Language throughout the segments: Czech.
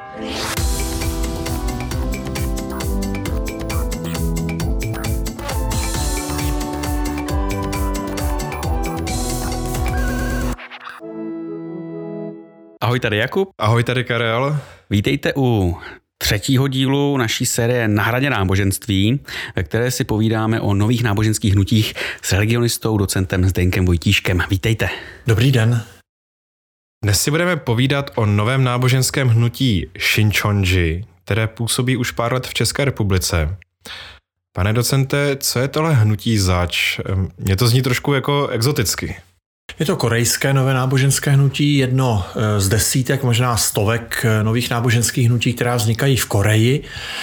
Ahoj, tady Jakub. Ahoj, tady Karel. Vítejte u 3. dílu naší série Na hraně náboženství, ve které si povídáme o nových náboženských hnutích s religionistou, docentem Zdeňkem Vojtíškem. Vítejte. Dobrý den. Dnes si budeme povídat o novém náboženském hnutí Shincheonji, které působí už pár let v České republice. Pane docente, co je tohle hnutí zač? Mně to zní trošku jako exoticky. Je to korejské nové náboženské hnutí, jedno z desítek, možná stovek nových náboženských hnutí, která vznikají v Koreji.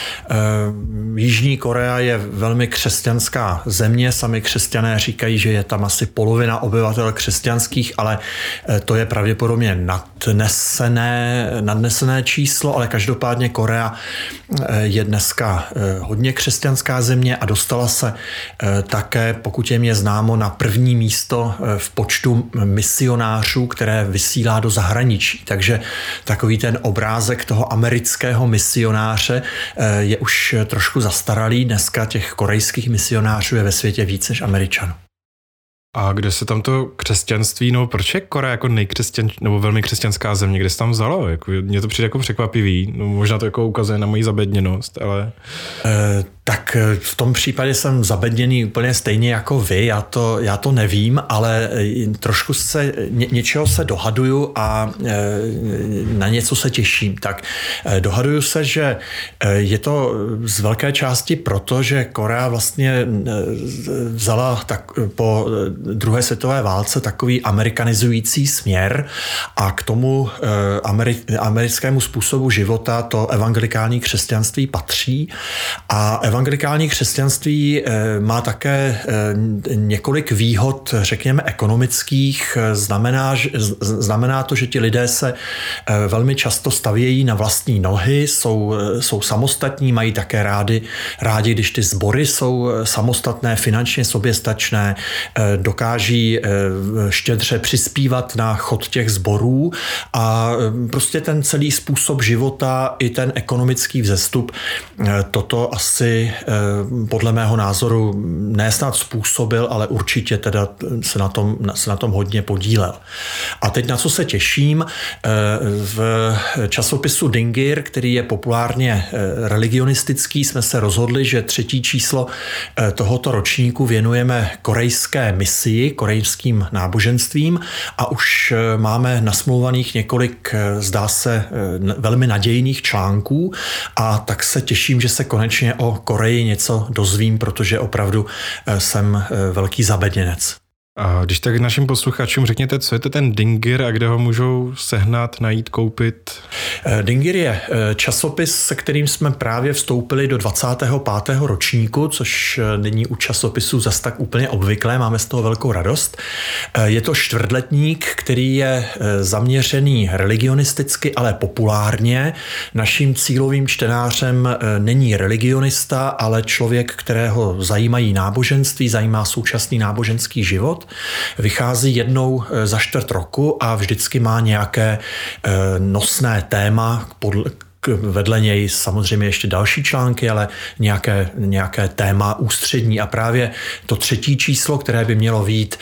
Jižní Korea je velmi křesťanská země, sami křesťané říkají, že je tam asi polovina obyvatel křesťanských, ale to je pravděpodobně nadnesené číslo, ale každopádně Korea je dneska hodně křesťanská země a dostala se také, pokud je mě známo, na první místo v počtu misionářů, které vysílá do zahraničí. Takže takový ten obrázek toho amerického misionáře je už trošku zastaralý. Dneska těch korejských misionářů je ve světě víc než Američanů. A kde se tam to křesťanství, no proč je Korea jako nebo velmi křesťanská země, kde se tam vzalo? Mně to přijde jako překvapivý, no možná to jako ukazuje na moji zabedněnost, ale... Tak v tom případě jsem zabedněný úplně stejně jako vy, já to nevím, ale trošku něčeho se dohaduju a na něco se těším. Tak dohaduju se, že je to z velké části proto, že Korea vlastně vzala po druhé světové válce takový amerikanizující směr a k tomu americkému způsobu života to evangelikální křesťanství patří a evangelikální křesťanství má také několik výhod, řekněme, ekonomických. Znamená to, že ti lidé se velmi často stavějí na vlastní nohy, jsou samostatní, mají také rádi, když ty sbory jsou samostatné, finančně soběstačné, dokáží štědře přispívat na chod těch sborů a prostě ten celý způsob života i ten ekonomický vzestup toto asi podle mého názoru ne snad způsobil, ale určitě teda se na tom hodně podílel. A teď na co se těším, v časopisu Dingir, který je populárně religionistický, jsme se rozhodli, že 3. číslo tohoto ročníku věnujeme korejské misii, korejským náboženstvím a už máme nasmlouvaných několik, zdá se, velmi nadějných článků a tak se těším, že se konečně o Koreji něco dozvím, protože opravdu jsem velký zabedněnec. A když tak našim posluchačům řekněte, co je to ten Dingir a kde ho můžou sehnat, najít, koupit? Dingir je časopis, se kterým jsme právě vstoupili do 25. ročníku, což není u časopisů zas tak úplně obvyklé, máme z toho velkou radost. Je to čtvrtletník, který je zaměřený religionisticky, ale populárně. Naším cílovým čtenářem není religionista, ale člověk, kterého zajímají náboženství, zajímá současný náboženský život. Vychází jednou za čtvrt roku a vždycky má nějaké nosné téma, vedle něj samozřejmě ještě další články, ale nějaké téma ústřední. A právě to 3. číslo, které by mělo vyjít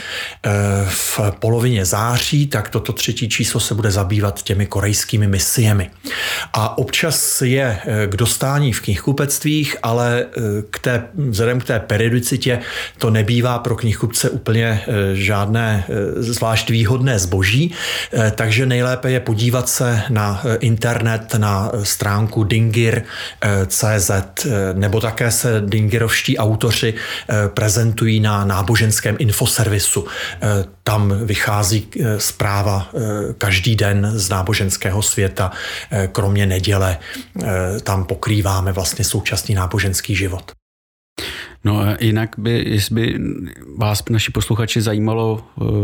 v polovině září, tak toto 3. číslo se bude zabývat těmi korejskými misiemi. A občas je k dostání v knihkupectvích, ale vzhledem k té periodicitě to nebývá pro knihkupce úplně žádné zvlášť výhodné zboží, takže nejlépe je podívat se na internet, na stránku dingir.cz, nebo také se dingirovští autoři prezentují na náboženském infoservisu. Tam vychází zpráva každý den z náboženského světa, kromě neděle. Tam pokrýváme vlastně současný náboženský život. No jinak jestli by vás, naši posluchači, zajímalo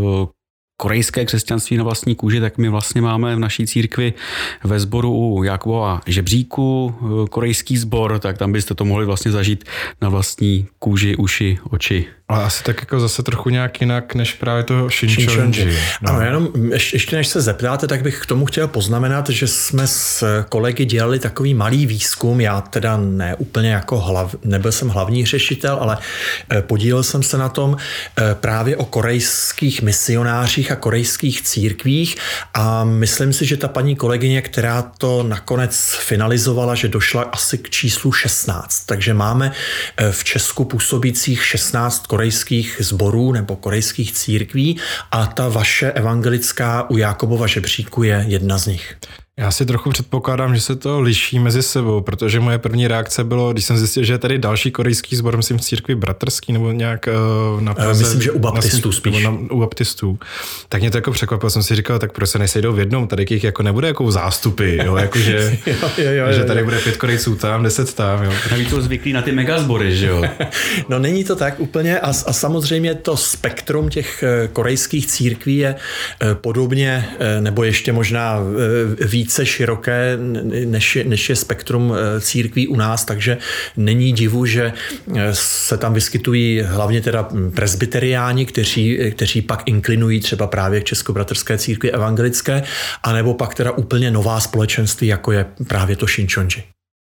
korejské křesťanství na vlastní kůži, tak my vlastně máme v naší církvi ve sboru u Jakubova žebříku korejský sbor, tak tam byste to mohli vlastně zažít na vlastní kůži, uši, oči. Ale asi tak jako zase trochu nějak jinak než právě to Shinchonji. No. Ano, jenom ještě než se zeptáte, tak bych k tomu chtěl poznamenat, že jsme s kolegy dělali takový malý výzkum, já teda ne úplně jako nebyl jsem hlavní řešitel, ale podílel jsem se na tom právě o korejských misionářích a korejských církvích a myslím si, že ta paní kolegyně, která to nakonec finalizovala, že došla asi k číslu 16, takže máme v Česku působících 16 korejských sborů nebo korejských církví a ta vaše evangelická u Jákobova žebříku je jedna z nich. Já si trochu předpokládám, že se to liší mezi sebou, protože moje první reakce bylo, když jsem zjistil, že je tady další korejský sbor, myslím v církvi bratrský nebo nějak na Praze. Myslím, že u baptistů spíš. U baptistů. Tak mě to jako překvapilo, jsem si říkal, tak proč se nesejdou v jednom, tady jich jako nebude jako zástupy, jo, jakože, že tady bude 5 Korejců tam, 10 tam, jo. Navíc to zvyklí na ty megazbory, že jo. No není to tak úplně a samozřejmě to spektrum těch korejských církví je podobně, nebo ještě možná více široké, než je spektrum církví u nás, takže není divu, že se tam vyskytují hlavně teda presbyteriáni, kteří pak inklinují třeba právě k Českobratrské církvi evangelické, anebo pak teda úplně nová společenství, jako je právě to Shinchonji.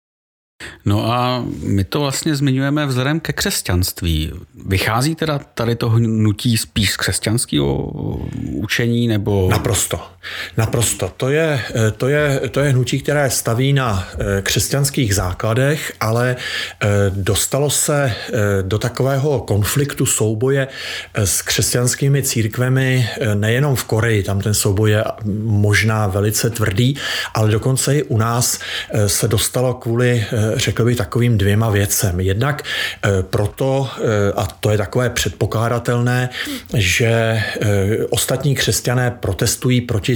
No a my to vlastně zmiňujeme vzhledem ke křesťanství. Vychází teda tady to hnutí spíš z křesťanského učení nebo... Naprosto. To je hnutí, které staví na křesťanských základech, ale dostalo se do takového konfliktu souboje s křesťanskými církvemi nejenom v Koreji, tam ten souboj je možná velice tvrdý, ale dokonce i u nás se dostalo kvůli, řekl bych, takovým 2 věcem. Jednak proto, a to je takové předpokládatelné, že ostatní křesťané protestují proti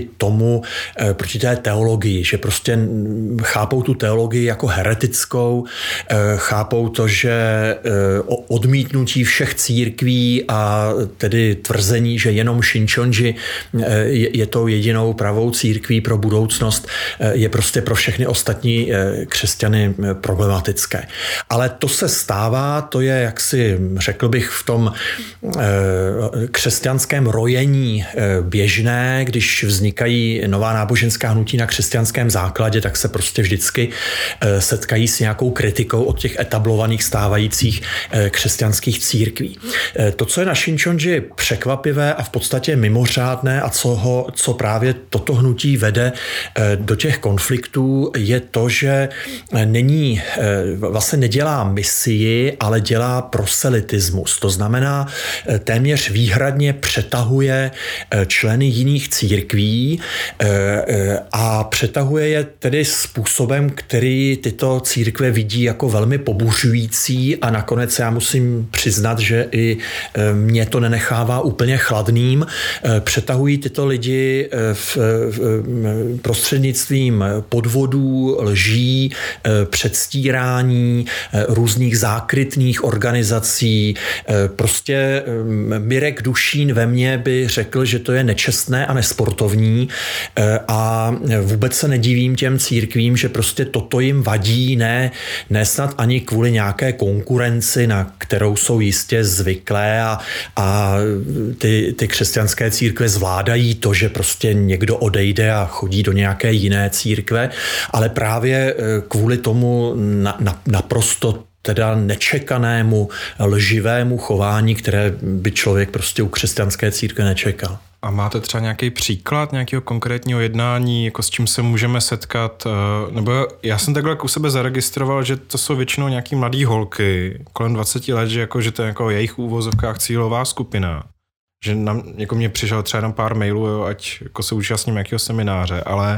té teologii, že prostě chápou tu teologii jako heretickou, chápou to, že odmítnutí všech církví a tedy tvrzení, že jenom Shinchonji je tou jedinou pravou církví pro budoucnost, je prostě pro všechny ostatní křesťany problematické. Ale to se stává, to je, jak si řekl bych, v tom křesťanském rojení běžné, když vznikají nová náboženská hnutí na křesťanském základě, tak se prostě vždycky setkají s nějakou kritikou od těch etablovaných stávajících křesťanských církví. To, co je na Shinchonji překvapivé a v podstatě mimořádné a co právě toto hnutí vede do těch konfliktů, je to, že vlastně nedělá misii, ale dělá proselitismus. To znamená, téměř výhradně přetahuje členy jiných církví a přetahuje je tedy způsobem, který tyto církve vidí jako velmi pobuřující a nakonec já musím přiznat, že i mě to nenechává úplně chladným. Přetahují tyto lidi prostřednictvím podvodů, lží, předstírání, různých zákrytných organizací. Prostě Mirek Dušín ve mně by řekl, že to je nečestné a nesportovní a vůbec se nedivím těm církvím, že prostě toto jim vadí, ne snad ani kvůli nějaké konkurenci, na kterou jsou jistě zvyklé a ty křesťanské církve zvládají to, že prostě někdo odejde a chodí do nějaké jiné církve, ale právě kvůli tomu naprosto teda nečekanému, lživému chování, které by člověk prostě u křesťanské církve nečekal. A máte třeba nějaký příklad nějakého konkrétního jednání, jako s čím se můžeme setkat? Nebo já jsem takhle u sebe zaregistroval, že to jsou většinou nějaký mladý holky kolem 20 let, že to je jako jejich úvozovkách cílová skupina. Že jako mě přišel třeba jenom pár mailů, jo, ať jako se účastním nějakého semináře, ale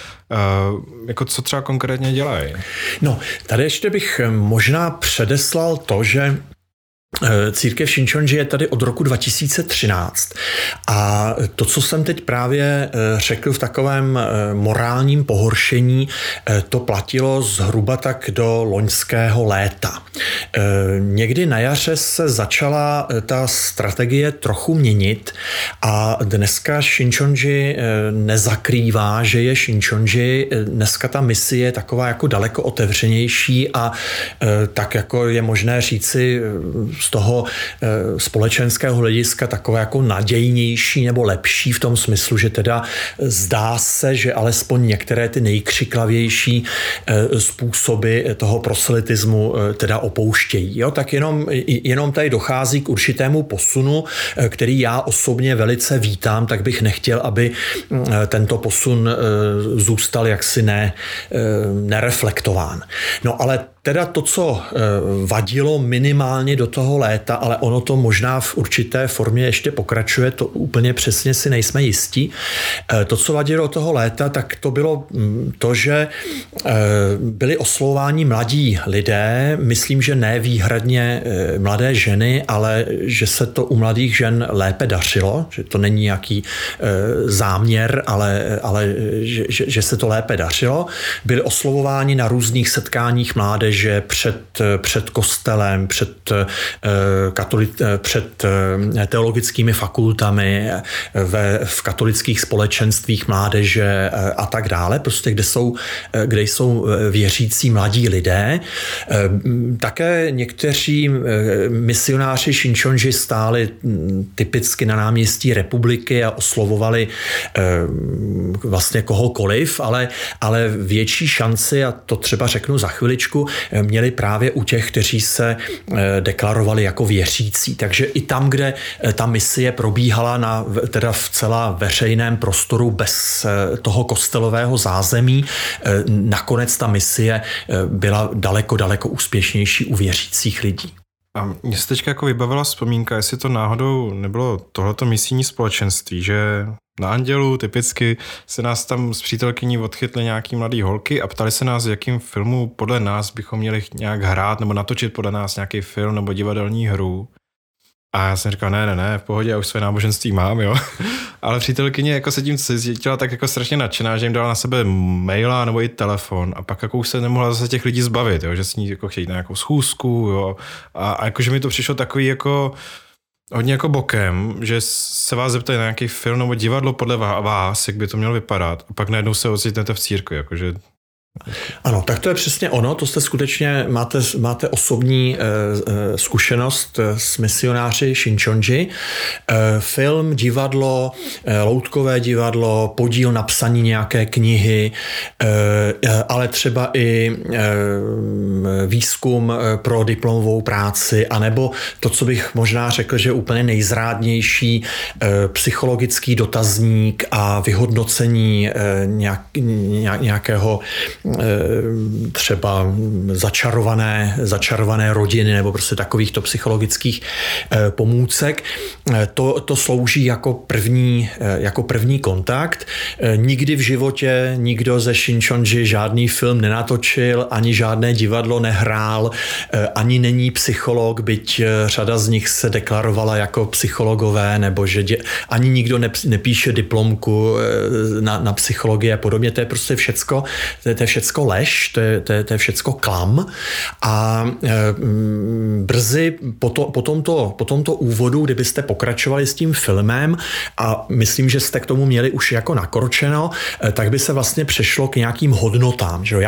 jako co třeba konkrétně dělají? No, tady ještě bych možná předeslal to, že církev Shinchonji je tady od roku 2013 a to, co jsem teď právě řekl v takovém morálním pohoršení, to platilo zhruba tak do loňského léta. Někdy na jaře se začala ta strategie trochu měnit a dneska Shinchonji nezakrývá, že je Shinchonji. Dneska ta misie je taková jako daleko otevřenější a tak jako je možné říci z toho společenského hlediska takové jako nadějnější nebo lepší v tom smyslu, že teda zdá se, že alespoň některé ty nejkřiklavější způsoby toho proselitismu teda opouštějí. Jo? Tak jenom tady dochází k určitému posunu, který já osobně velice vítám, tak bych nechtěl, aby tento posun zůstal jaksi nereflektován. No ale teda to, co vadilo minimálně do toho léta, ale ono to možná v určité formě ještě pokračuje, to úplně přesně si nejsme jistí. To, co vadilo do toho léta, tak to bylo to, že byli oslovováni mladí lidé, myslím, že ne výhradně mladé ženy, ale že se to u mladých žen lépe dařilo, že to není nějaký záměr, ale že se to lépe dařilo. Byli oslovováni na různých setkáních mládeže před kostelem, před teologickými fakultami, v katolických společenstvích mládeže a tak dále, prostě kde jsou věřící mladí lidé. Také někteří misionáři Shinchonji stáli typicky na náměstí Republiky a oslovovali vlastně kohokoliv, ale větší šanci, a to třeba řeknu za chviličku, měli právě u těch, kteří se deklarovali jako věřící. Takže i tam, kde ta misie probíhala teda v celá veřejném prostoru bez toho kostelového zázemí, nakonec ta misie byla daleko úspěšnější u věřících lidí. A mě se teďka jako vybavila vzpomínka, jestli to náhodou nebylo tohleto misijní společenství, že na Andělu typicky se nás tam s přítelkyní odchytly nějaký mladý holky a ptali se nás, v jakým filmu podle nás bychom měli nějak hrát nebo natočit podle nás nějaký film nebo divadelní hru. A já jsem říkal, ne, v pohodě, já už své náboženství mám, jo. Ale přítelkyně jako se tím cítila tak jako strašně nadšená, že jim dala na sebe maila nebo i telefon a pak jako už se nemohla zase těch lidí zbavit, jo, že s ní jako chtějí na nějakou schůzku, jo. A jakože mi to přišlo takový jako hodně jako bokem, že se vás zeptají na nějaký film nebo divadlo podle vás, jak by to mělo vypadat a pak najednou se ocitnete v církvi, jakože. Ano, tak to je přesně ono, to jste skutečně máte osobní zkušenost s misionáři Shinchonji. Film, divadlo, loutkové divadlo, podíl na psaní nějaké knihy, ale třeba i výzkum pro diplomovou práci, anebo to, co bych možná řekl, že je úplně nejzrádnější, psychologický dotazník a vyhodnocení nějakého třeba začarované rodiny nebo prostě takovýchto psychologických pomůcek. To slouží jako první kontakt. Nikdy v životě nikdo ze Shinchonji žádný film nenatočil, ani žádné divadlo nehrál, ani není psycholog, byť řada z nich se deklarovala jako psychologové, nebo že ani nikdo nepíše diplomku na psychologii a podobně. To je prostě všecko, to je všecko lež, to je všecko klam a brzy po tomto úvodu, kdybyste pokračovali s tím filmem a myslím, že jste k tomu měli už jako nakročeno, tak by se vlastně přešlo k nějakým hodnotám, že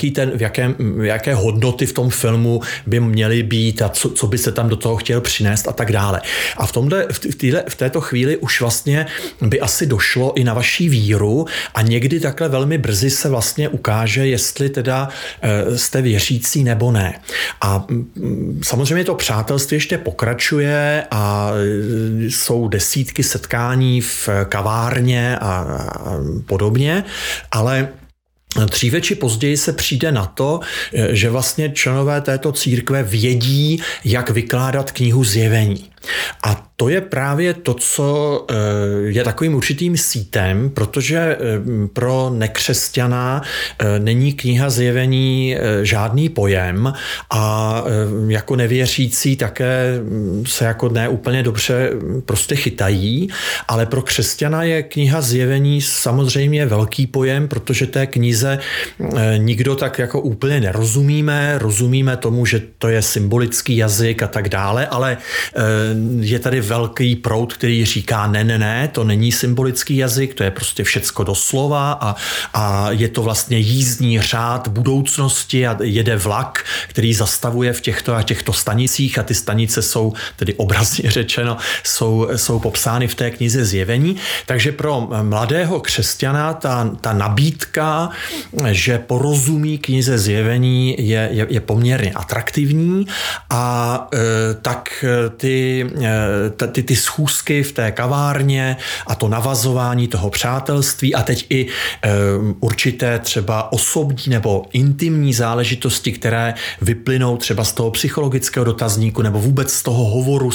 jaké hodnoty v tom filmu by měly být a co by se tam do toho chtěl přinést a tak dále. A v této chvíli už vlastně by asi došlo i na vaši víru a někdy takhle velmi brzy se vlastně ukáže, jestli teda jste věřící nebo ne. A samozřejmě to přátelství ještě pokračuje a jsou desítky setkání v kavárně a podobně, ale dříve či později se přijde na to, že vlastně členové této církve vědí, jak vykládat knihu Zjevení. A to je právě to, co je takovým určitým sítem, protože pro nekřesťana není kniha Zjevení žádný pojem a jako nevěřící také se jako ne úplně dobře prostě chytají, ale pro křesťana je kniha Zjevení samozřejmě velký pojem, protože té knize nikdo tak jako úplně rozumíme tomu, že to je symbolický jazyk a tak dále, ale je tady velký proud, který říká ne, to není symbolický jazyk, to je prostě všecko doslova a je to vlastně jízdní řád budoucnosti a jede vlak, který zastavuje v těchto a těchto stanicích a ty stanice jsou, tedy obrazně řečeno, jsou popsány v té knize Zjevení. Takže pro mladého křesťana ta nabídka, že porozumí knize Zjevení, je poměrně atraktivní a tak ty schůzky v té kavárně a to navazování toho přátelství a teď i určité třeba osobní nebo intimní záležitosti, které vyplynou třeba z toho psychologického dotazníku nebo vůbec z toho hovoru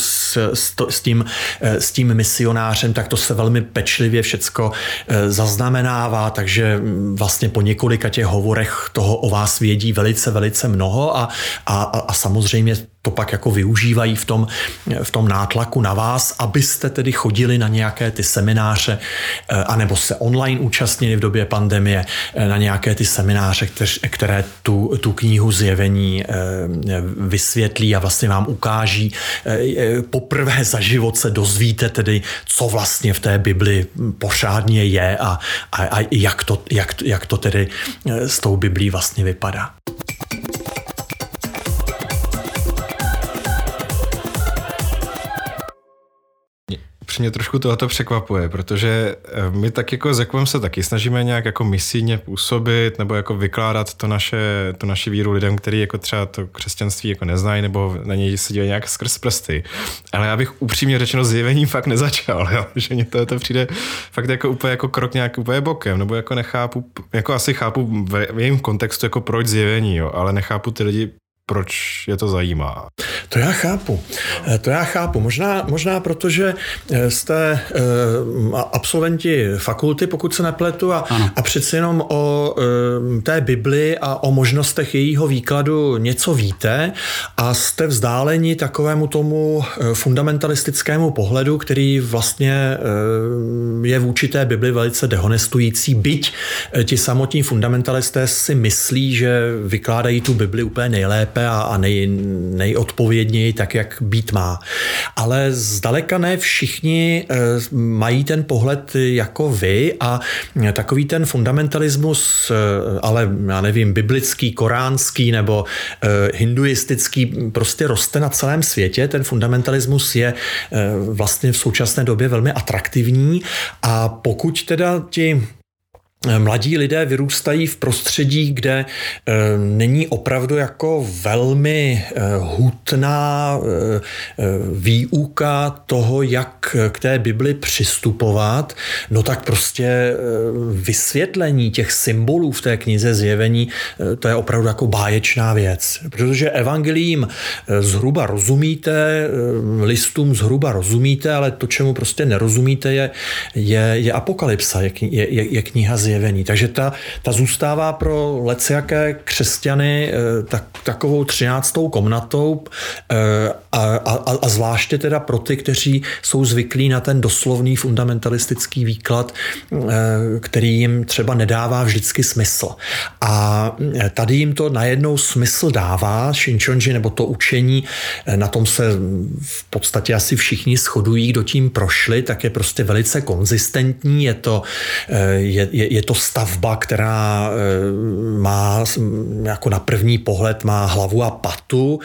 s tím misionářem, tak to se velmi pečlivě všecko zaznamenává, takže vlastně po několika těch hovorech toho o vás vědí velice, velice mnoho a samozřejmě to pak jako využívají v tom nátlaku na vás, abyste tedy chodili na nějaké ty semináře anebo se online účastnili v době pandemie na nějaké ty semináře, které tu knihu Zjevení vysvětlí a vlastně vám ukáží. Poprvé za život se dozvíte tedy, co vlastně v té Bibli pořádně je a jak to tedy s tou Biblí vlastně vypadá. Mě trošku tohoto překvapuje, protože my tak jako s Jakubem se taky snažíme nějak jako misijně působit nebo jako vykládat tu naši víru lidem, kteří jako třeba to křesťanství jako neznají nebo na něj se dívají nějak skrz prsty. Ale já bych upřímně řečeno Zjevením fakt nezačal, jo? Že mně to přijde fakt jako úplně jako krok nějak úplně bokem, nebo jako nechápu, jako asi chápu v jejím kontextu jako proč Zjevení, jo? Ale nechápu ty lidi, proč je to zajímá. To já chápu. Možná protože jste absolventi fakulty, pokud se nepletu, a přeci jenom o té Bibli a o možnostech jejího výkladu něco víte a jste vzdáleni takovému tomu fundamentalistickému pohledu, který vlastně je vůči té Bibli velice dehonestující, byť ti samotní fundamentalisté si myslí, že vykládají tu Bibli úplně nejlépe a nejodpovědněji tak, jak být má. Ale zdaleka ne všichni mají ten pohled jako vy a takový ten fundamentalismus, ale já nevím, biblický, koránský nebo hinduistický prostě roste na celém světě. Ten fundamentalismus je vlastně v současné době velmi atraktivní a pokud teda ti mladí lidé vyrůstají v prostředí, kde není opravdu jako velmi hutná výuka toho, jak k té Bibli přistupovat, no tak prostě vysvětlení těch symbolů v té knize Zjevení, to je opravdu jako báječná věc. Protože evangeliím zhruba rozumíte, listům zhruba rozumíte, ale to, čemu prostě nerozumíte, je apokalypsa, je kniha Zjevení. Takže ta zůstává pro lecjaké křesťany takovou 13. komnatou a zvláště teda pro ty, kteří jsou zvyklí na ten doslovný fundamentalistický výklad, který jim třeba nedává vždycky smysl. A tady jim to najednou smysl dává, Shinchonji, nebo to učení, na tom se v podstatě asi všichni shodují, kdo tím prošli, tak je prostě velice konzistentní, je to stavba, která má jako na první pohled má hlavu a patu.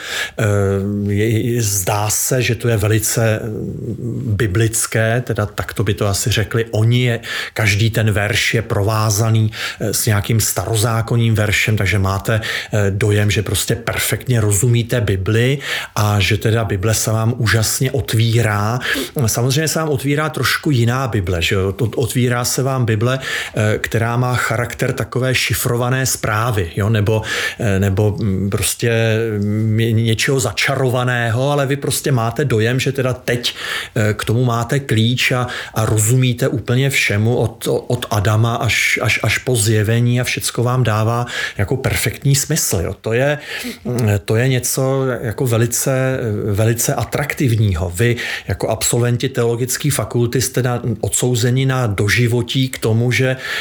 Zdá se, že to je velice biblické, teda takto by to asi řekli oni. Každý ten verš je provázaný s nějakým starozákonním veršem, takže máte dojem, že prostě perfektně rozumíte Bibli a že teda Bible se vám úžasně otvírá. Samozřejmě se vám otvírá trošku jiná Bible, že jo? Otvírá se vám Bible, která má charakter takové šifrované zprávy, jo? Nebo prostě něčeho začarovaného, ale vy prostě máte dojem, že teda teď k tomu máte klíč a rozumíte úplně všemu od Adama až po Zjevení a všecko vám dává jako perfektní smysl. Jo? To je něco jako velice, velice atraktivního. Vy jako absolventi teologické fakulty jste odsouzeni na doživotí k tomu, že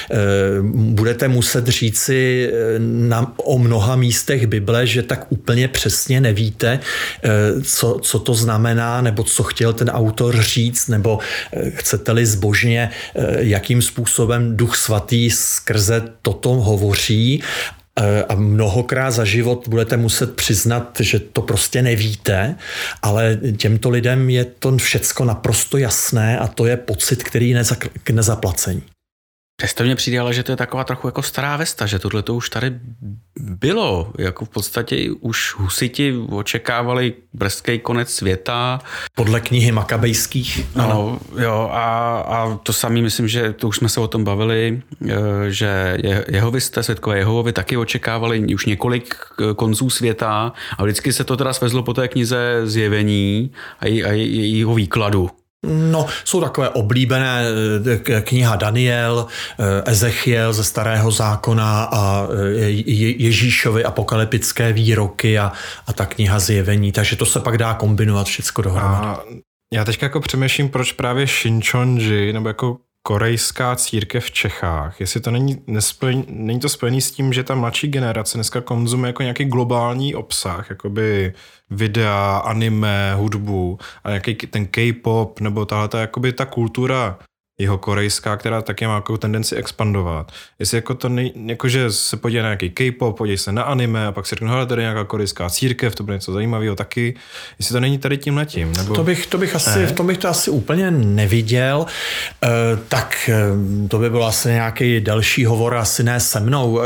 budete muset říci o mnoha místech Bible, že tak úplně přesně nevíte, co to znamená, nebo co chtěl ten autor říct, nebo chcete-li zbožně, jakým způsobem Duch Svatý skrze toto hovoří. A mnohokrát za život budete muset přiznat, že to prostě nevíte, ale těmto lidem je to všecko naprosto jasné a to je pocit, který je k nezaplacení. Přesto mně přijde, ale že to je taková trochu jako stará vesta, že tohle to už tady bylo. Jako v podstatě už husiti očekávali brzký konec světa. Podle knihy Makabejských. No, jo, a to samý myslím, že to už jsme se o tom bavili, že jehovisté, svědkové Jehovovi taky očekávali už několik konců světa a vždycky se to teda svezlo po té knize Zjevení a jejího výkladu. No, jsou takové oblíbené kniha Daniel, Ezechiel ze Starého zákona a Ježíšovy apokalyptické výroky a ta kniha Zjevení, takže to se pak dá kombinovat všecko dohromady. Já teďka jako přemýšlím, proč právě Shincheonji, nebo jako korejská církev v Čechách, jestli to není to spojený s tím, že ta mladší generace dneska konzumuje jako nějaký globální obsah, jakoby videa, anime, hudbu a nějaký ten K-pop nebo tahleta jakoby ta kultura jeho korejská, která taky má jako tendenci expandovat. Jestli jako to jakože se podívá na nějaký K-pop, podívej se na anime a pak si řeknu, hele, tady je nějaká korejská církev, to bude něco zajímavého taky. Jestli to není tady tímhletím, nebo... To bych to asi úplně neviděl. Tak to by byl asi nějaký další hovor, asi ne se mnou,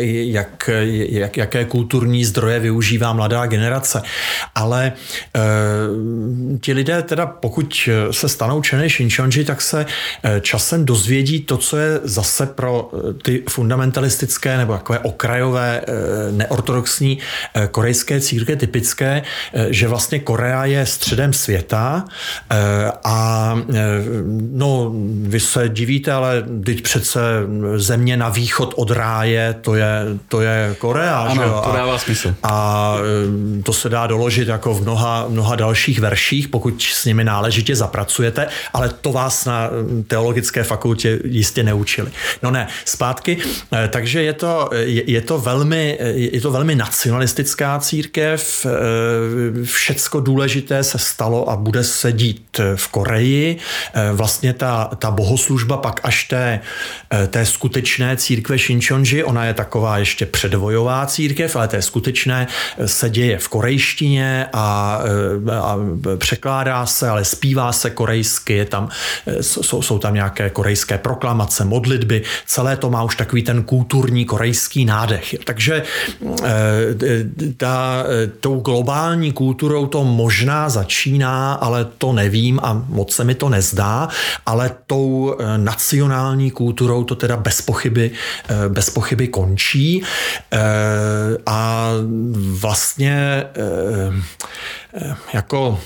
jaké kulturní zdroje využívá mladá generace. Ale ti lidé teda, pokud se stanou členy Shincheonji, tak se časem dozvědí to, co je zase pro ty fundamentalistické nebo takové okrajové neortodoxní korejské církve typické, že vlastně Korea je středem světa a no, vy se divíte, ale teď přece země na východ od ráje, to je Korea. Ano, že jo? To dává smysl. A to se dá doložit jako v mnoha dalších verších, pokud s nimi náležitě zapracujete, ale to vás na teologické fakultě jistě neučili. No ne, zpátky. Takže je to velmi nacionalistická církev. Všecko důležité se stalo a bude se dít v Koreji. Vlastně ta bohoslužba pak až té skutečné církve Shincheonji, ona je taková ještě předvojová církev, ale té skutečné se děje v korejštině a překládá se, ale zpívá se korejsky, jsou tam nějaké korejské proklamace, modlitby, celé to má už takový ten kulturní korejský nádech. Takže tou globální kulturou to možná začíná, ale to nevím a moc se mi to nezdá, ale tou nacionální kulturou to teda bez pochyby končí a vlastně jako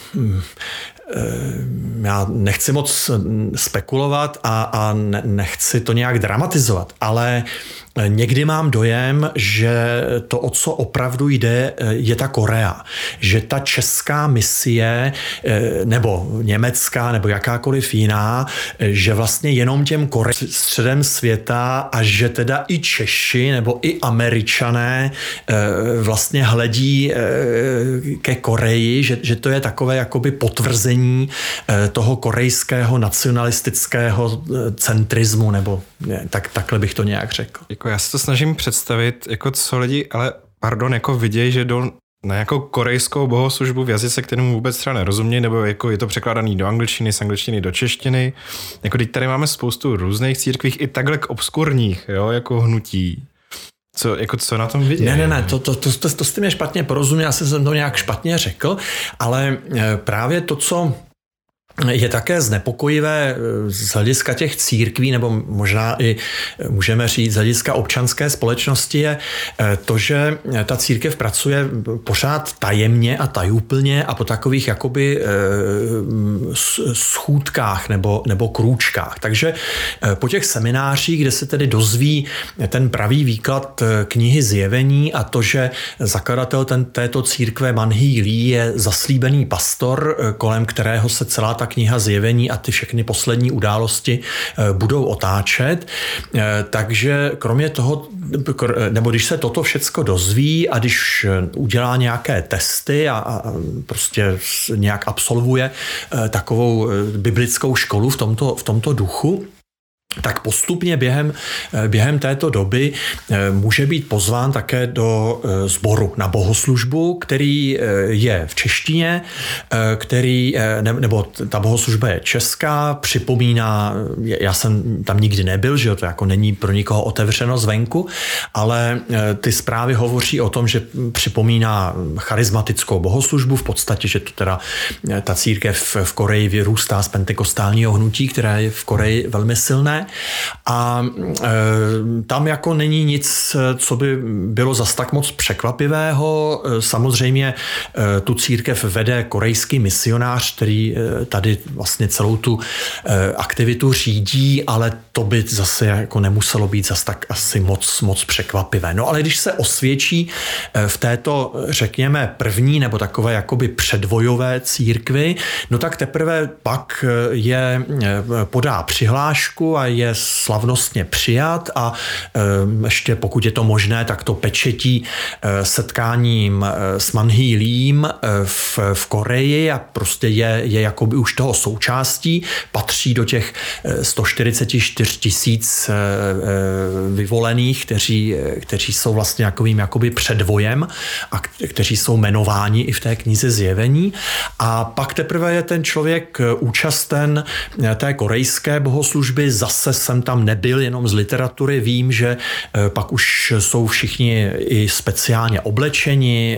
já nechci moc spekulovat a nechci to nějak dramatizovat, ale někdy mám dojem, že to, o co opravdu jde, je ta Korea. Že ta česká misie, nebo německá, nebo jakákoliv jiná, že vlastně jenom těm středem světa a že teda i Češi, nebo i Američané vlastně hledí ke Koreji, že to je takové jakoby potvrzení toho korejského nacionalistického centrismu, nebo takhle bych to nějak řekl. Já se to snažím představit, jako co lidi, ale jako vidějí, že jdou na nějakou korejskou bohoslužbu v jazyce, kterému vůbec třeba nerozumějí, nebo jako je to překládaný do angličtiny, z angličtiny do češtiny. Jako teď tady máme spoustu různých církví, i takhle obskurních, jo, jako hnutí. Co na tom vidět? Ne, to jste mě špatně porozuměl, já jsem to nějak špatně řekl, ale právě to, co je také znepokojivé z hlediska těch církví, nebo možná i můžeme říct z hlediska občanské společnosti, je to, že ta církev pracuje pořád tajemně a tajúplně a po takových jakoby schůdkách nebo krůčkách. Takže po těch seminářích, kde se tedy dozví ten pravý výklad knihy Zjevení a to, že zakladatel této církve Man Hee Lee je zaslíbený pastor, kolem kterého se celá ta ta kniha Zjevení a ty všechny poslední události budou otáčet. Takže kromě toho, nebo když se toto všecko dozví a když udělá nějaké testy a prostě nějak absolvuje takovou biblickou školu v tomto duchu, tak postupně během této doby může být pozván také do sboru na bohoslužbu, který je v češtině, nebo ta bohoslužba je česká, připomíná, já jsem tam nikdy nebyl, že to jako není pro nikoho otevřeno zvenku, ale ty zprávy hovoří o tom, že připomíná charismatickou bohoslužbu, v podstatě, že to teda ta církev v Koreji vyrůstá z pentekostálního hnutí, které je v Koreji velmi silné. A tam jako není nic, co by bylo zas tak moc překvapivého. Samozřejmě tu církev vede korejský misionář, který tady vlastně celou tu aktivitu řídí, ale to by zase jako nemuselo být zas tak asi moc překvapivé. No ale když se osvědčí v této, řekněme, první nebo takové jakoby předvojové církvi, no tak teprve pak podá přihlášku a je slavnostně přijat a ještě pokud je to možné, tak to pečetí setkáním s Manhee Leem v Koreji a prostě je jakoby už toho součástí, patří do těch 144 000 vyvolených, kteří jsou vlastně jakoby předvojem a kteří jsou jmenováni i v té knize Zjevení. A pak teprve je ten člověk účasten té korejské bohoslužby. Zase jsem tam nebyl, jenom z literatury. Vím, že pak už jsou všichni i speciálně oblečeni,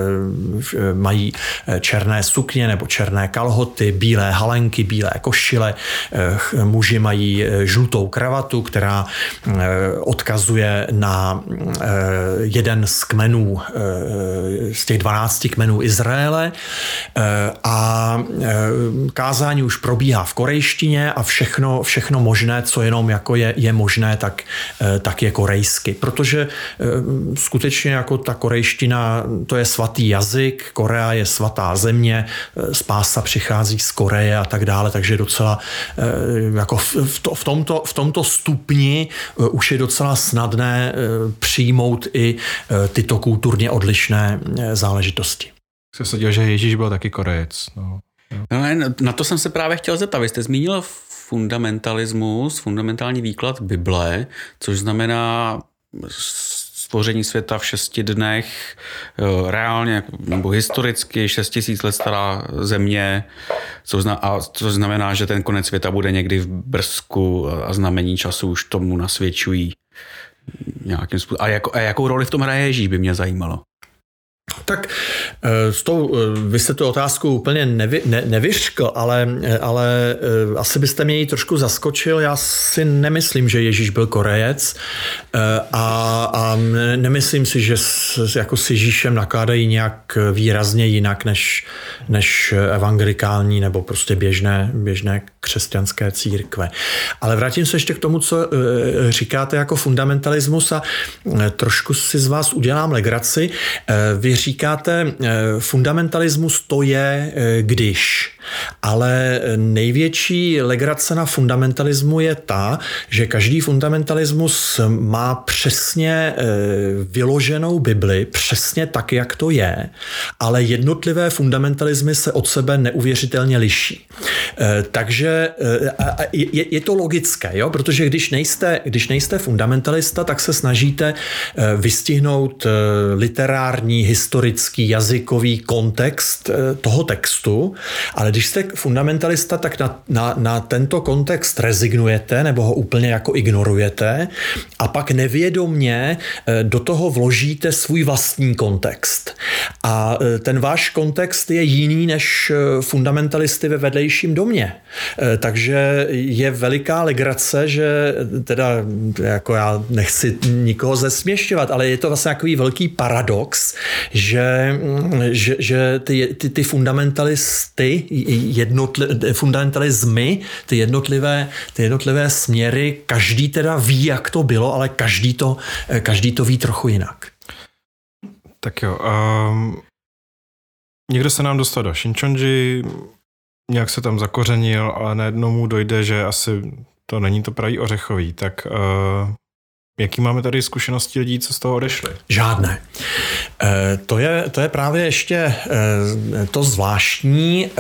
mají černé sukně nebo černé kalhoty, bílé halenky, bílé košile, muži mají žlutou kravatu, která odkazuje na jeden z kmenů, z těch 12 kmenů Izraele a kázání už probíhá v korejštině a všechno možné, co jenom jako je možné, tak je korejsky. Protože skutečně jako ta korejština, to je svatý jazyk, Korea je svatá země, spása přichází z Koreje a tak dále, takže docela jako v tomto stupni už je docela snadné přijmout i tyto kulturně odlišné záležitosti. Jsem se dělal, že Ježíš byl taky Korejec. No, na to jsem se právě chtěl zeptat. Vy jste zmínil fundamentalismus, fundamentální výklad Bible, což znamená stvoření světa v 6 dnech, reálně nebo historicky 6 000 let stará země, což znamená, že ten konec světa bude někdy v brzku a znamení času už tomu nasvědčují nějakým způsobem. A jakou roli v tom hraje Ježíš, by mě zajímalo. Tak vy jste tu otázku úplně nevyřkl, ale asi byste mě ji trošku zaskočil. Já si nemyslím, že Ježíš byl Korejec a nemyslím si, že jako s Ježíšem nakládají nějak výrazně jinak než evangelikální nebo prostě běžné křesťanské církve. Ale vrátím se ještě k tomu, co říkáte jako fundamentalismus a trošku si z vás udělám legraci. Vy říkáte, fundamentalismus to je když. Ale největší legrace na fundamentalismu je ta, že každý fundamentalismus má přesně vyloženou Bibli, přesně tak, jak to je, ale jednotlivé fundamentalismy se od sebe neuvěřitelně liší. Takže je to logické, jo? Protože když nejste fundamentalista, tak se snažíte vystihnout literární, historický, jazykový kontext toho textu, ale když jste fundamentalista, tak na tento kontext rezignujete nebo ho úplně jako ignorujete a pak nevědomně do toho vložíte svůj vlastní kontext. A ten váš kontext je jiný než fundamentalisty ve vedlejším domě. Takže je veliká legrace, že teda jako já nechci nikoho zesměšťovat, ale je to vlastně takový velký paradox, že ty fundamentalisty, fundamentalismy, ty jednotlivé směry, každý teda ví, jak to bylo, ale každý to ví trochu jinak. Tak jo. Někdo se nám dostal do Shinchonji, nějak se tam zakořenil, ale najednou mu dojde, že asi to není to pravý ořechový, tak jaký máme tady zkušenosti lidí, co z toho odešli? Žádné. To je právě ještě to zvláštní.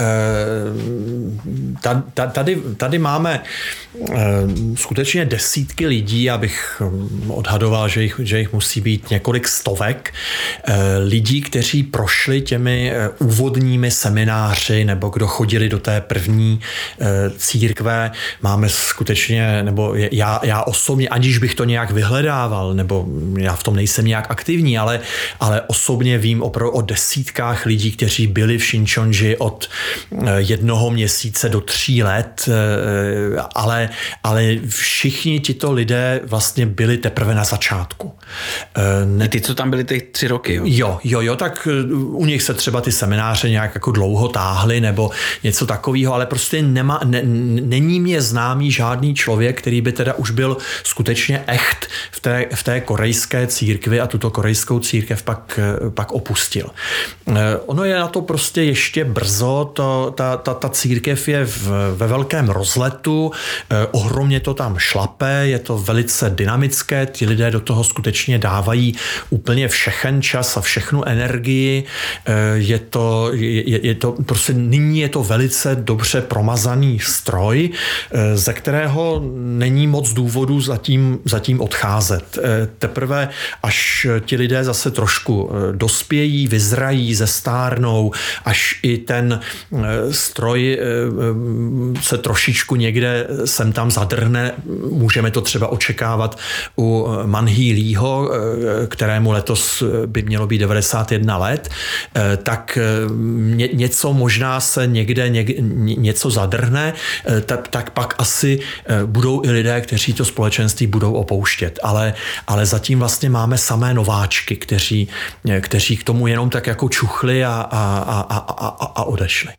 Tady máme skutečně desítky lidí, abych odhadoval, že jich musí být několik stovek lidí, kteří prošli těmi úvodními semináři nebo kdo chodili do té první církve. Máme skutečně, nebo já osobně, aniž bych to nějak vyhledával, nebo já v tom nejsem nějak aktivní, ale osobně vím opravdu o desítkách lidí, kteří byli v Shincheonji od 1 měsíce do 3 let, ale všichni tito lidé vlastně byli teprve na začátku. Ty, co tam byli ty 3 roky, jo? Jo, tak u nich se třeba ty semináře nějak jako dlouho táhly nebo něco takového, ale prostě není mě známý žádný člověk, který by teda už byl skutečně echt v té korejské církvi a tuto korejskou církev pak opustil. Ono je na to prostě ještě brzo, ta církev je ve velkém rozletu, ohromně to tam šlape, je to velice dynamické, ti lidé do toho skutečně dávají úplně všechen čas a všechnu energii, je to prostě nyní je to velice dobře promazaný stroj, ze kterého není moc důvodů zatím odcházet. Teprve až ti lidé zase trošku dospějí, vyzrají, zestárnou, až i ten stroj se trošičku někde sem tam zadrhne. Můžeme to třeba očekávat u Man-hee Leeho, kterému letos by mělo být 91 let, tak něco možná se někde něco zadrhne, tak pak asi budou i lidé, kteří to společenství budou opouštět. Ale zatím vlastně máme samé nováčky, kteří k tomu jenom tak jako čuchli a odešli.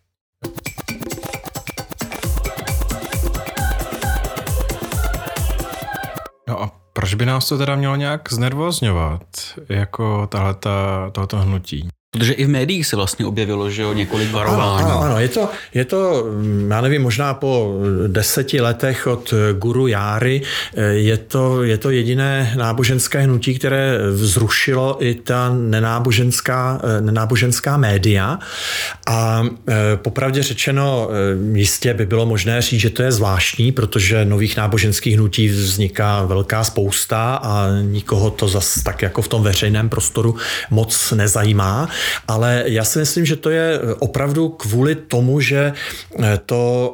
No a proč by nás to teda mělo nějak znervózňovat, jako tohoto hnutí? Protože i v médiích se vlastně objevilo, že jo, několik varování. Ano, je to, já nevím, možná po 10 letech od guru Járy, je to jediné náboženské hnutí, které vzrušilo i ta nenáboženská média. A popravdě řečeno, jistě by bylo možné říct, že to je zvláštní, protože nových náboženských hnutí vzniká velká spousta a nikoho to zas tak jako v tom veřejném prostoru moc nezajímá. Ale já si myslím, že to je opravdu kvůli tomu, že to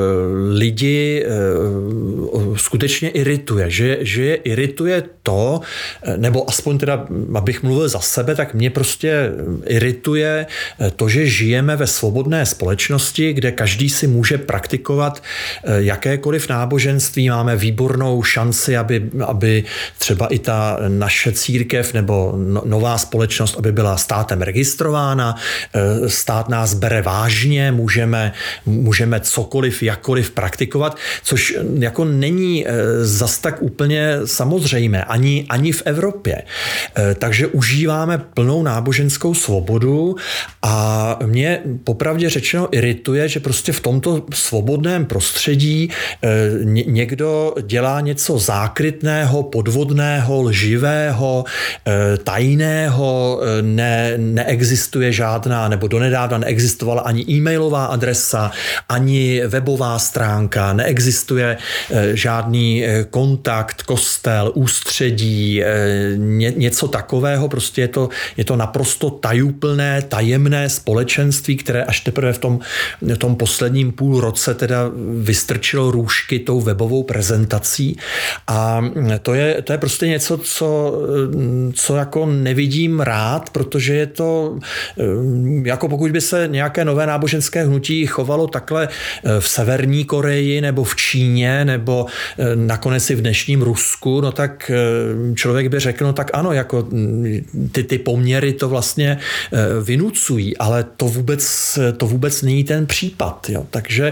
lidi skutečně irituje. Že je irituje to, nebo aspoň teda, abych mluvil za sebe, tak mě prostě irituje to, že žijeme ve svobodné společnosti, kde každý si může praktikovat jakékoliv náboženství. Máme výbornou šanci, aby třeba i ta naše církev nebo nová společnost, aby byla státem registrována, stát nás bere vážně, můžeme cokoliv, jakkoliv praktikovat, což jako není zas tak úplně samozřejmé, ani v Evropě. Takže užíváme plnou náboženskou svobodu a mě popravdě řečeno irituje, že prostě v tomto svobodném prostředí někdo dělá něco zákrytného, podvodného, lživého, tajného, neexistuje žádná, nebo donedávna neexistovala ani e-mailová adresa, ani webová stránka, neexistuje žádný kontakt, kostel, ústředí, něco takového, prostě je to naprosto tajuplné, tajemné společenství, které až teprve v tom posledním půl roce teda vystrčilo růžky tou webovou prezentací a to je prostě něco, co jako nevidím rád, protože je to jako pokud by se nějaké nové náboženské hnutí chovalo takhle v Severní Koreji nebo v Číně nebo nakonec i v dnešním Rusku, no tak člověk by řekl, no tak ano, jako ty poměry to vlastně vynucují, ale to vůbec není ten případ. Jo. Takže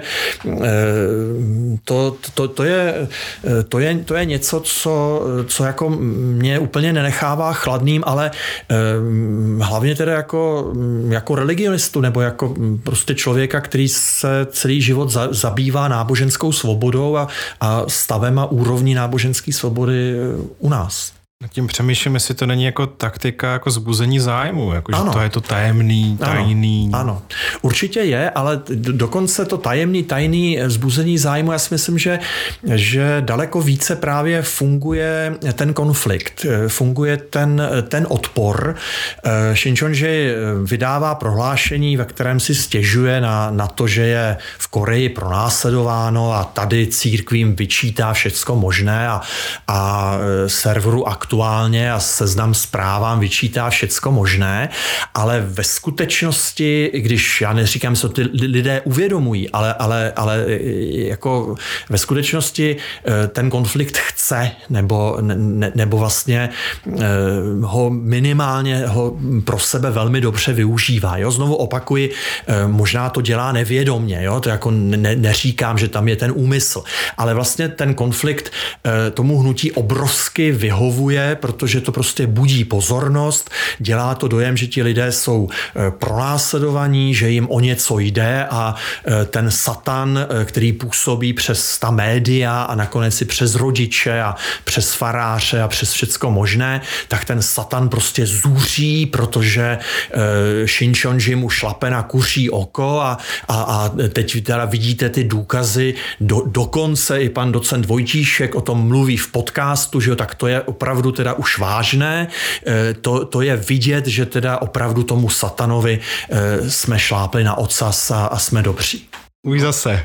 to je něco, co jako mě úplně nenechává chladným, ale hlavně teda bere jako religionistu nebo jako prostě člověka, který se celý život zabývá náboženskou svobodou a stavem a úrovní náboženské svobody u nás. Tím přemýšlím, jestli to není jako taktika jako zbuzení zájmu, jako že to je to tajemný, tajný. Ano, určitě je, ale dokonce to tajný zbuzení zájmu, já si myslím, že daleko více právě funguje ten konflikt, funguje ten odpor. Shincheonji vydává prohlášení, ve kterém si stěžuje na to, že je v Koreji pronásledováno a tady církvím vyčítá všecko možné a serveru aktuálně a Seznam Zprávám vyčítá všecko možné, ale ve skutečnosti, když já neříkám, že to ty lidé uvědomují, ale jako ve skutečnosti ten konflikt chce nebo vlastně ho minimálně pro sebe velmi dobře využívá. Jo? Znovu opakuji, možná to dělá nevědomně, jo? To jako neříkám, že tam je ten úmysl, ale vlastně ten konflikt tomu hnutí obrovsky vyhovuje, protože to prostě budí pozornost, dělá to dojem, že ti lidé jsou pronásledovaní, že jim o něco jde a ten satan, který působí přes ta média a nakonec i přes rodiče a přes faráře a přes všecko možné, tak ten satan prostě zuří, protože Shincheonji mu šlape na kuří oko a teď teda vidíte ty důkazy, dokonce i pan docent Vojtíšek o tom mluví v podcastu, že jo, tak to je opravdu teda už vážné, to je vidět, že teda opravdu tomu satanovi jsme šlápli na ocas a jsme dobří. Už zase.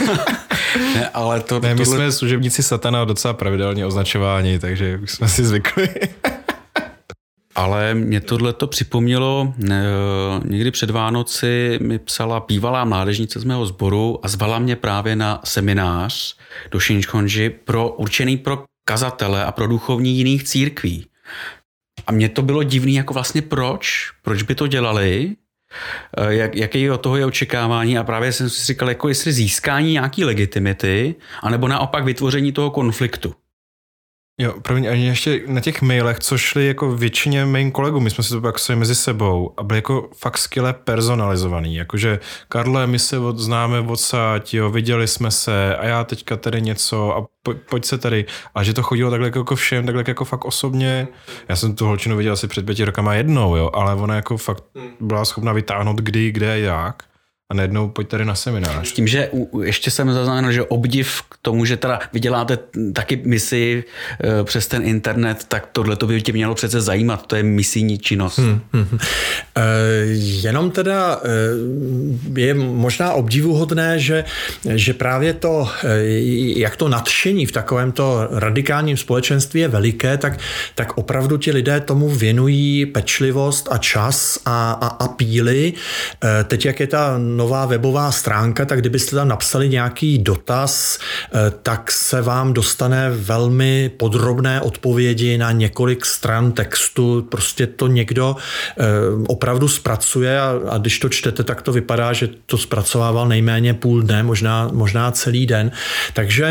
Ne, ale my jsme služebníci satana docela pravidelně označováni, takže už jsme si zvykli. Ale mě tohleto připomnělo, někdy před Vánoci mi psala bývalá mládežnice z mého sboru a zvala mě právě na seminář do Shincheonji určený pro kazatele a pro duchovní jiných církví. A mně to bylo divný, jako vlastně proč by to dělali, jaký od toho je očekávání a právě jsem si říkal, jako jestli získání nějaký legitimity, anebo naopak vytvoření toho konfliktu. Jo, promiň, a ještě na těch mailech, co šli jako většině mým kolegům, my jsme si to pak psali mezi sebou a byli jako fakt skvěle personalizovaný, jakože Karle, my se známe odsaď, jo, viděli jsme se a já teďka tady něco a pojď se tady, a že to chodilo takhle jako všem, takhle jako fakt osobně. Já jsem tu holčinu viděl asi před 5 rokama jednou, jo, ale ona jako fakt byla schopna vytáhnout kdy, kde, jak. A najednou pojď tady na seminář. S tím, že ještě jsem zaznamenal, že obdiv k tomu, že teda vyděláte taky misi přes ten internet, tak tohle to by tě mělo přece zajímat. To je misijní činnost. Jenom teda je možná obdivuhodné, že právě to, jak to nadšení v takovémto radikálním společenství je veliké, tak opravdu ti lidé tomu věnují pečlivost a čas a píly. Teď, jak je ta nová webová stránka, tak kdybyste tam napsali nějaký dotaz, tak se vám dostane velmi podrobné odpovědi na několik stran textu. Prostě to někdo opravdu zpracuje a když to čtete, tak to vypadá, že to zpracovával nejméně půl dne, možná celý den. Takže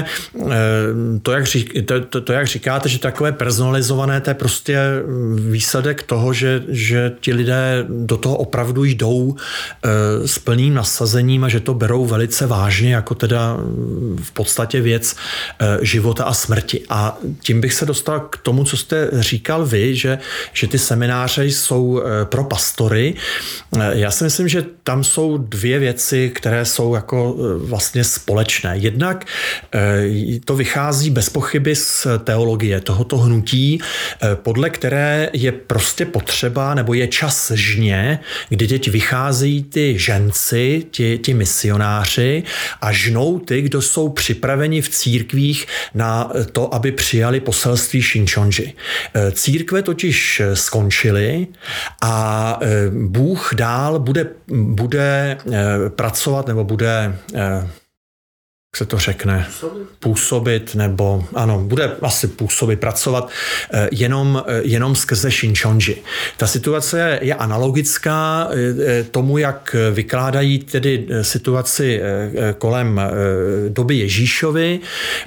to, jak říkáte, že takové personalizované, to je prostě výsledek toho, že ti lidé do toho opravdu jdou s plným nasazením a že to berou velice vážně, jako teda v podstatě věc života a smrti. A tím bych se dostal k tomu, co jste říkal vy, že ty semináře jsou pro pastory. Já si myslím, že tam jsou dvě věci, které jsou jako vlastně společné. Jednak to vychází bez pochyby z teologie tohoto hnutí, podle které je prostě potřeba, nebo je čas žně, kdy teď vycházejí ty ženci, ti misionáři a žnou ty, kdo jsou připraveni v církvích na to, aby přijali poselství Shincheonji. Církve totiž skončily a Bůh dál bude pracovat nebo bude se to řekne, působit, nebo ano, bude asi působit, pracovat jenom skrze Shinchonji. Ta situace je analogická tomu, jak vykládají tedy situaci kolem doby Ježíšovy,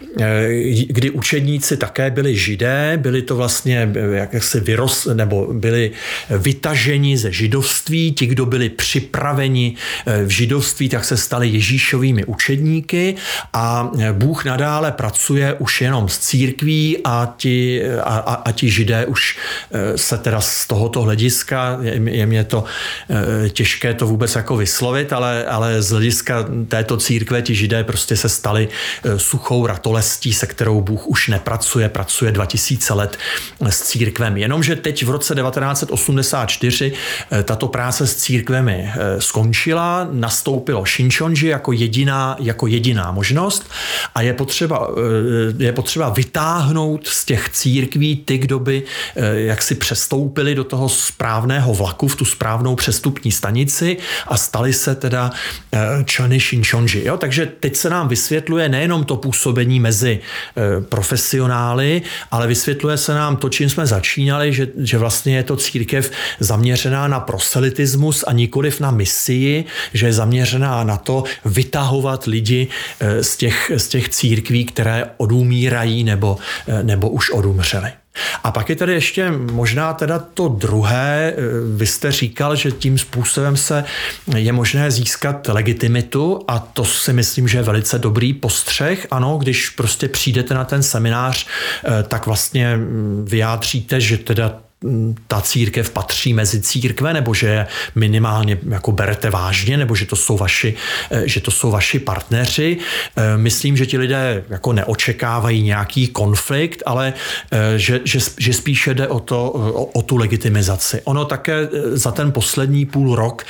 kdy učedníci také byli Židé, byli to vlastně jaksi nebo byli vytaženi ze židovství, ti, kdo byli připraveni v židovství, tak se stali Ježíšovými učedníky a Bůh nadále pracuje už jenom s církví a ti Židé už se teda z tohoto hlediska, je mě to těžké to vůbec jako vyslovit, ale z hlediska této církve ti Židé prostě se stali suchou ratolestí, se kterou Bůh už nepracuje, pracuje 2000 let s církvemi. Jenomže teď v roce 1984 tato práce s církvemi skončila, nastoupilo Shinchonji jako jediná možnost a je potřeba vytáhnout z těch církví ty, kdo by jaksi přestoupili do toho správného vlaku, v tu správnou přestupní stanici a stali se teda členy Shinchonji. Jo? Takže teď se nám vysvětluje nejenom to působení mezi profesionály, ale vysvětluje se nám to, čím jsme začínali, že vlastně je to církev zaměřená na proselitismus a nikoliv na misii, že je zaměřená na to vytahovat lidi z těch církví, které odumírají nebo už odumřely. A pak je tady ještě možná teda to druhé. Vy jste říkal, že tím způsobem je možné získat legitimitu a to si myslím, že je velice dobrý postřeh. Ano, když prostě přijdete na ten seminář, tak vlastně vyjádříte, že teda ta církev patří mezi církve, nebo že je minimálně jako berete vážně, nebo že to jsou vaši partneři. Myslím, že ti lidé jako neočekávají nějaký konflikt, ale že spíše jde o tu legitimizaci. Ono také za ten poslední půl rok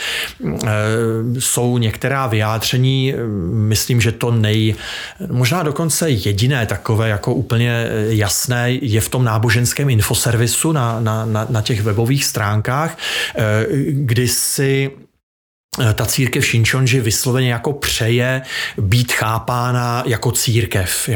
jsou některá vyjádření, myslím, že to možná dokonce jediné takové jako úplně jasné je v tom náboženském infoservisu na těch webových stránkách, kdy si ta církev Shinchonji vysloveně jako přeje být chápána jako církev,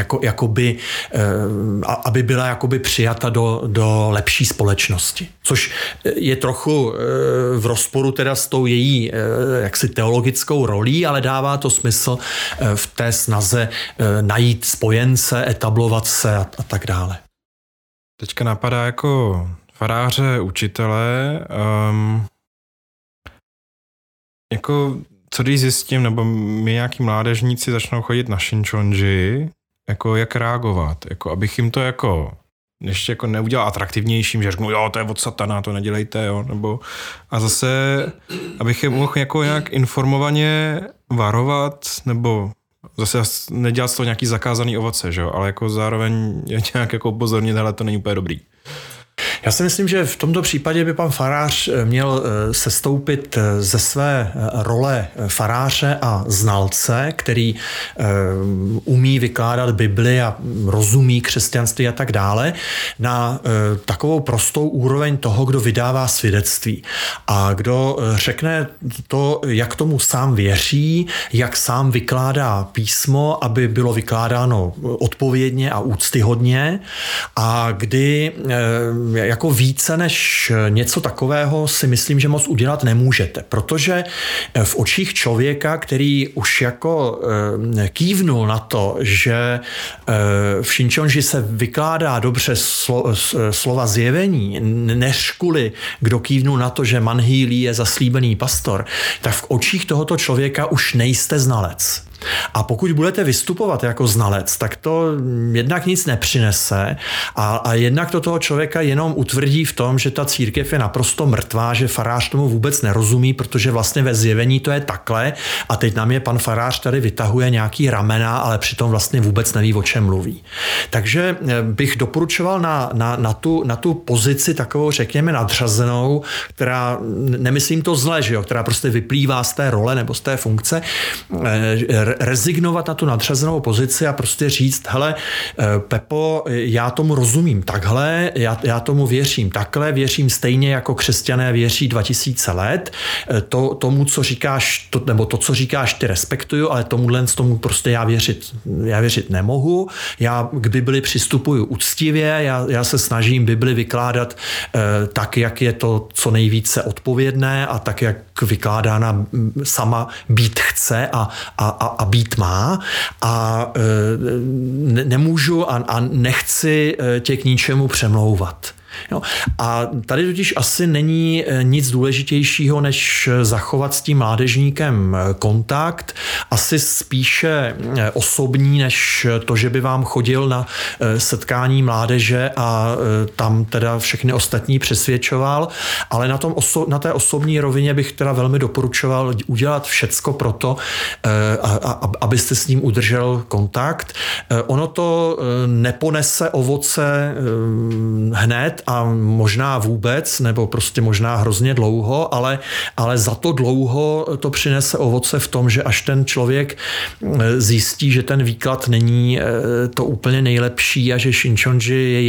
aby byla jakoby přijata do lepší společnosti. Což je trochu v rozporu teda s tou její jaksi teologickou rolí, ale dává to smysl v té snaze najít spojence, etablovat se a tak dále. Teďka napadá jako faráře, učitele, jako co když zjistím, nebo my nějaký mládežníci začnou chodit na Shinchonji, jako jak reagovat, jako abych jim to jako ještě jako neudělal atraktivnějším, že řeknu, jo, to je od satana, to nedělejte, jo, nebo a zase, abych je mohl jako nějak informovaně varovat, nebo zase nedělat z toho nějaký zakázaný ovoce, že jo, ale jako zároveň je nějak jako upozornit, hele, to není úplně dobrý. Já si myslím, že v tomto případě by pan farář měl sestoupit ze své role faráře a znalce, který umí vykládat Bibli a rozumí křesťanství a tak dále, na takovou prostou úroveň toho, kdo vydává svědectví a kdo řekne to, jak tomu sám věří, jak sám vykládá písmo, aby bylo vykládáno odpovědně a úctyhodně a kdy jako více než něco takového si myslím, že moc udělat nemůžete, protože v očích člověka, který už jako kývnul na to, že v Shinchonji se vykládá dobře slova zjevení, než kvůli kdo kývnul na to, že Manhýlí je zaslíbený pastor, tak v očích tohoto člověka už nejste znalec. A pokud budete vystupovat jako znalec, tak to jednak nic nepřinese a jednak to toho člověka jenom utvrdí v tom, že ta církev je naprosto mrtvá, že farář tomu vůbec nerozumí, protože vlastně ve zjevení to je takhle a teď nám je pan farář tady vytahuje nějaký ramena, ale přitom vlastně vůbec neví, o čem mluví. Takže bych doporučoval na tu pozici takovou, řekněme, nadřazenou, která, nemyslím to zle, že jo, která prostě vyplývá z té role nebo z té funkce, rezignovat na tu nadřazenou pozici a prostě říct, hele, Pepo, já tomu rozumím takhle, já tomu věřím takhle, věřím stejně jako křesťané věří 2000 let, tomu, co říkáš, nebo to, co říkáš, ty respektuju, ale tomu prostě já věřit nemohu. Já k Bibli přistupuju úctivě, já se snažím Bibli vykládat tak, jak je to co nejvíce odpovědné a tak, jak vykládána sama být chce a být má. A nemůžu a nechci tě k ničemu přemlouvat. Jo. A tady totiž asi není nic důležitějšího, než zachovat s tím mládežníkem kontakt, asi spíše osobní, než to, že by vám chodil na setkání mládeže a tam teda všechny ostatní přesvědčoval, ale na té osobní rovině bych teda velmi doporučoval udělat všecko pro to, abyste s ním udržel kontakt. Ono to neponese ovoce hned a možná vůbec, nebo prostě možná hrozně dlouho, ale za to dlouho to přinese ovoce v tom, že až ten člověk zjistí, že ten výklad není to úplně nejlepší a že Shincheonji je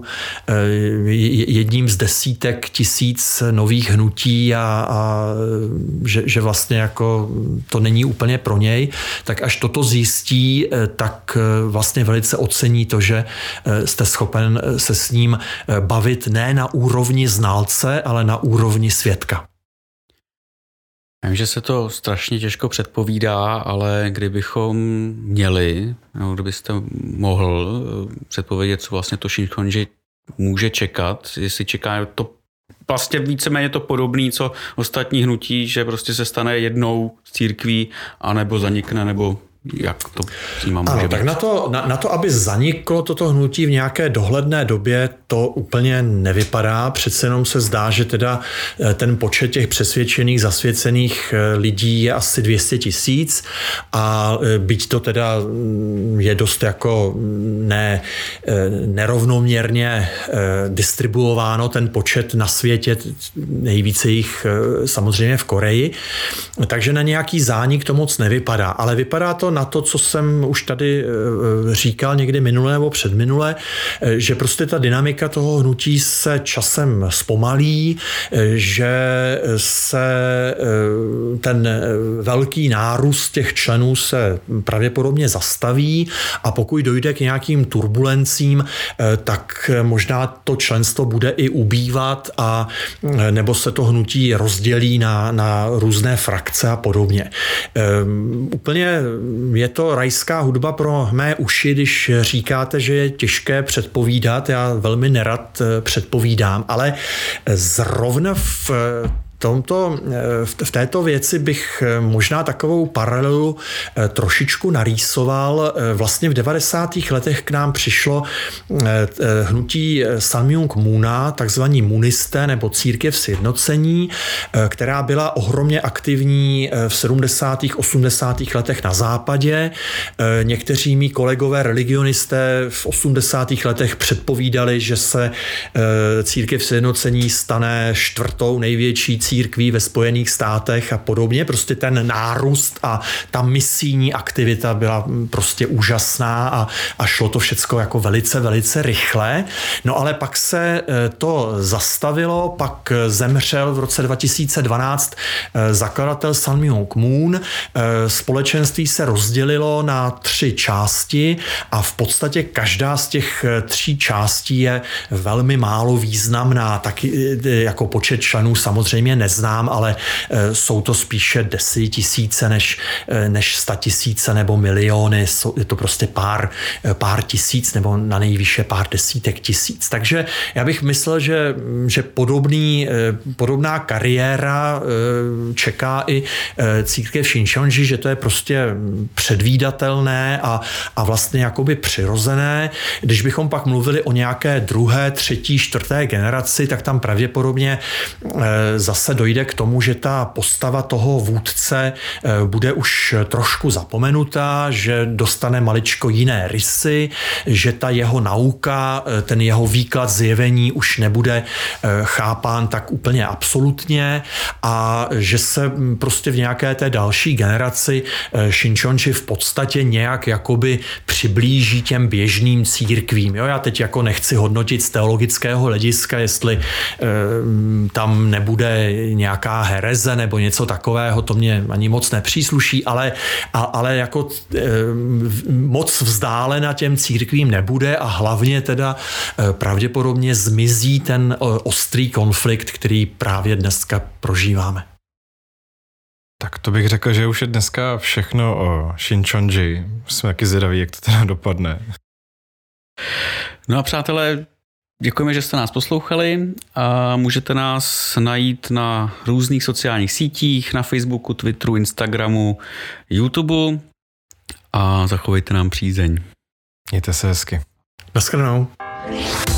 jedním z desítek tisíc nových hnutí a že vlastně jako to není úplně pro něj, tak až toto zjistí, tak vlastně velice ocení to, že jste schopen se s ním bavit ne na úrovni znalce, ale na úrovni svědka. Vím, že se to strašně těžko předpovídá, ale kdybychom měli, nebo kdybyste mohl předpovědět, co vlastně to Shincheonji může čekat, jestli čeká to vlastně víceméně to podobné, co ostatní hnutí, že prostě se stane jednou z církví, anebo zanikne, nebo jak to s ním může být? Tak na to, aby zaniklo toto hnutí v nějaké dohledné době, to úplně nevypadá. Přece jenom se zdá, že teda ten počet těch přesvědčených, zasvěcených lidí je asi 200 000 a byť to teda je dost jako nerovnoměrně distribuováno ten počet na světě, nejvíce jich samozřejmě v Koreji, takže na nějaký zánik to moc nevypadá, ale vypadá to na to, co jsem už tady říkal někdy minule nebo předminule, že prostě ta dynamika toho hnutí se časem zpomalí, že se ten velký nárůst těch členů se pravděpodobně zastaví a pokud dojde k nějakým turbulencím, tak možná to členstvo bude i ubývat a nebo se to hnutí rozdělí na různé frakce a podobně. Úplně je to rajská hudba pro mé uši, když říkáte, že je těžké předpovídat. Já velmi nerad předpovídám, ale zrovna v této věci bych možná takovou paralelu trošičku narýsoval. Vlastně v 90. letech k nám přišlo hnutí Sanmyung Moona, takzvaní Moonisté nebo Církev sjednocení, která byla ohromně aktivní v 70. 80. letech na západě. Někteří mí kolegové religionisté v 80. letech předpovídali, že se Církev sjednocení stane 4. největší církví ve Spojených státech a podobně. Prostě ten nárůst a ta misijní aktivita byla prostě úžasná a šlo to všecko jako velice, velice rychle. No ale pak se to zastavilo, pak zemřel v roce 2012 zakladatel Sanmyung Moon. Společenství se rozdělilo na 3 části a v podstatě každá z těch 3 částí je velmi málo významná. Taky jako počet členů samozřejmě neznám, ale jsou to spíše desetitisíce než 100 000 nebo miliony. Je to prostě pár tisíc nebo na nejvýše pár desítek tisíc. Takže já bych myslel, že podobná kariéra čeká i církev Shincheonji, že to je prostě předvídatelné a vlastně jakoby přirozené. Když bychom pak mluvili o nějaké 2., 3., 4. generaci, tak tam pravděpodobně zase zase dojde k tomu, že ta postava toho vůdce bude už trošku zapomenutá, že dostane maličko jiné rysy, že ta jeho nauka, ten jeho výklad zjevení už nebude chápán tak úplně absolutně a že se prostě v nějaké té další generaci Shinchonji v podstatě nějak jakoby přiblíží těm běžným církvím. Jo, já teď jako nechci hodnotit z teologického hlediska, jestli tam nebude nějaká hereze nebo něco takového, to mě ani moc nepřísluší, ale jako moc vzdálena těm církvím nebude a hlavně teda pravděpodobně zmizí ten ostrý konflikt, který právě dneska prožíváme. Tak to bych řekl, že už je dneska všechno o Shinchonji. Jsme taky zvědaví, jak to teda dopadne. No a přátelé, děkujeme, že jste nás poslouchali a můžete nás najít na různých sociálních sítích, na Facebooku, Twitteru, Instagramu, YouTubeu a zachovejte nám přízeň. Mějte se hezky. Naschledanou.